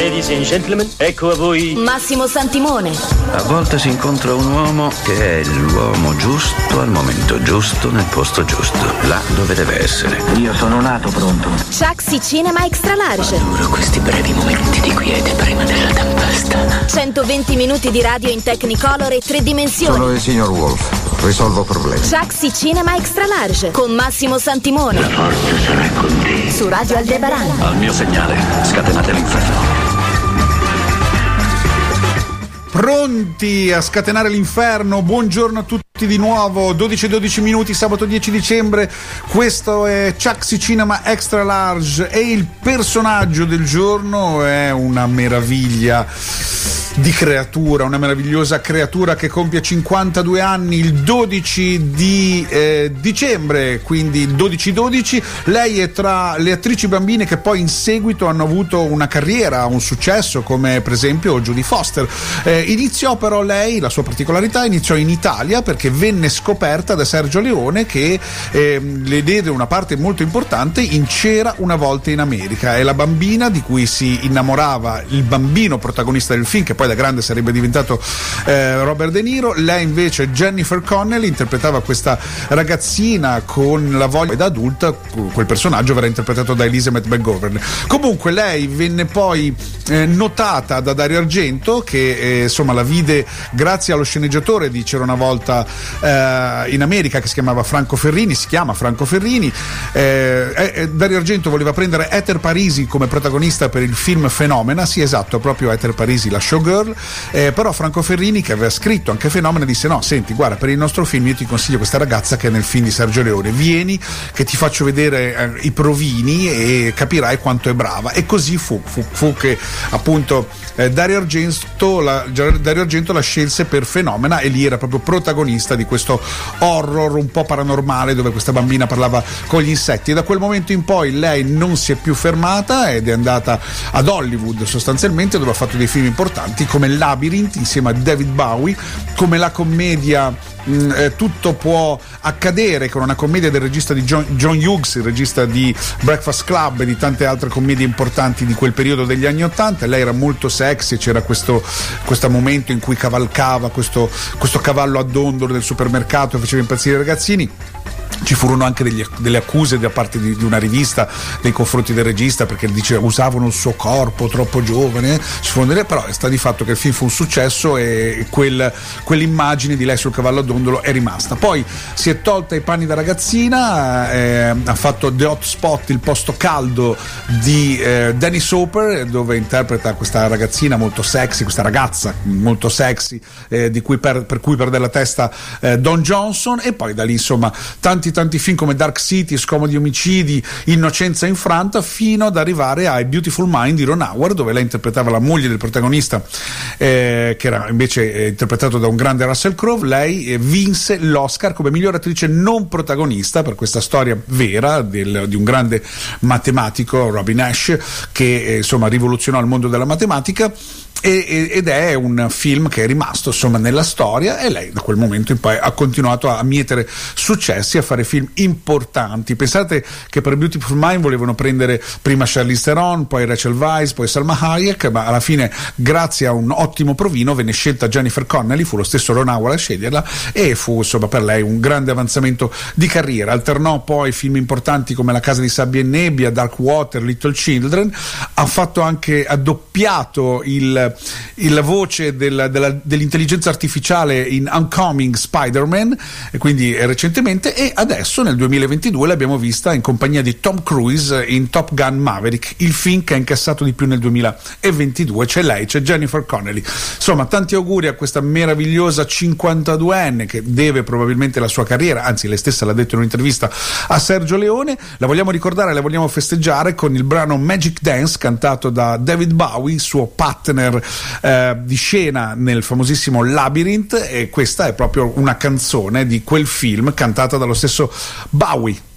Ladies and gentlemen, ecco a voi Massimo Santimone. A volte si incontra un uomo che è l'uomo giusto al momento giusto nel posto giusto, là dove deve essere. Io sono nato pronto. Chaxi Cinema Extra Large. Adoro questi brevi momenti di quiete prima della tempesta. 120 minuti di radio in Technicolor e 3 dimensioni. Sono il signor Wolf, risolvo problemi. Chaxi Cinema Extra Large con Massimo Santimone. La forza sarà con te. Su Radio Aldebaran. Al mio segnale, scatenate l'inferno. Pronti a scatenare l'inferno? Buongiorno a tutti di nuovo, 12 minuti, sabato 10 dicembre. Questo è Chaxi Cinema Extra Large e il personaggio del giorno è una meraviglia di creatura, una meravigliosa creatura che compie 52 anni il 12 di dicembre, quindi il 12-12. Lei è tra le attrici bambine che poi in seguito hanno avuto una carriera, un successo, come per esempio Jodie Foster. Iniziò però lei, la sua particolarità, iniziò in Italia perché venne scoperta da Sergio Leone, che le diede una parte molto importante in C'era una volta in America. È la bambina di cui si innamorava il bambino protagonista del film, che poi da grande sarebbe diventato Robert De Niro. Lei invece, Jennifer Connelly, interpretava questa ragazzina con la voglia da adulta. Quel personaggio verrà interpretato da Elizabeth Bergoven. Comunque lei venne poi notata da Dario Argento, che insomma la vide grazie allo sceneggiatore di C'era una volta in America, che si chiama Franco Ferrini. Dario Argento voleva prendere Heather Parisi come protagonista per il film Fenomena, sì esatto, proprio Heather Parisi, la showgirl, però Franco Ferrini, che aveva scritto anche Fenomena, disse no, senti, guarda, per il nostro film io ti consiglio questa ragazza che è nel film di Sergio Leone, vieni che ti faccio vedere i provini e capirai quanto è brava. E così fu che appunto Dario Argento la scelse per Fenomena, e lì era proprio protagonista di questo horror un po' paranormale dove questa bambina parlava con gli insetti. E da quel momento in poi lei non si è più fermata ed è andata ad Hollywood sostanzialmente, dove ha fatto dei film importanti come Labyrinth insieme a David Bowie, come la commedia Tutto può accadere, con una commedia del regista di John Hughes, il regista di Breakfast Club e di tante altre commedie importanti di quel periodo degli anni '80. Lei era molto sexy, c'era questo momento in cui cavalcava questo cavallo a dondolo del supermercato e faceva impazzire i ragazzini. Ci furono anche delle accuse da parte di una rivista nei confronti del regista, perché diceva usavano il suo corpo troppo giovane. Però sta di fatto che il film fu un successo e quell'immagine di lei sul cavallo a dondolo è rimasta. Poi si è tolta i panni da ragazzina, ha fatto The Hot Spot, il posto caldo di Dennis Hopper, dove interpreta questa ragazzina molto sexy, questa ragazza molto sexy, per cui perde la testa Don Johnson. E poi da lì insomma tanti film come Dark City, Scomodi omicidi, Innocenza infranta, fino ad arrivare a A Beautiful Mind di Ron Howard, dove lei interpretava la moglie del protagonista, che era invece interpretato da un grande Russell Crowe. Lei vinse l'Oscar come miglior attrice non protagonista per questa storia vera di un grande matematico, Robin Nash, che insomma rivoluzionò il mondo della matematica. Ed è un film che è rimasto insomma nella storia, e lei da quel momento in poi ha continuato a mietere successi, a fare film importanti. Pensate che per Beautiful Mind volevano prendere prima Charlize Theron, poi Rachel Weisz, poi Salma Hayek, ma alla fine grazie a un ottimo provino venne scelta Jennifer Connelly, fu lo stesso Ron Howard a sceglierla, e fu insomma per lei un grande avanzamento di carriera. Alternò poi film importanti come La casa di sabbia e nebbia, Dark Water, Little Children. Ha doppiato la voce dell'intelligenza artificiale in Oncoming Spider-Man, e quindi recentemente, e adesso nel 2022 l'abbiamo vista in compagnia di Tom Cruise in Top Gun Maverick, il film che ha incassato di più nel 2022. C'è lei, c'è Jennifer Connelly. Insomma, tanti auguri a questa meravigliosa 52enne che deve probabilmente la sua carriera, anzi lei stessa l'ha detto in un'intervista, a Sergio Leone. La vogliamo ricordare, la vogliamo festeggiare con il brano Magic Dance cantato da David Bowie, suo partner di scena nel famosissimo Labyrinth, e questa è proprio una canzone di quel film cantata dallo stesso Bowie.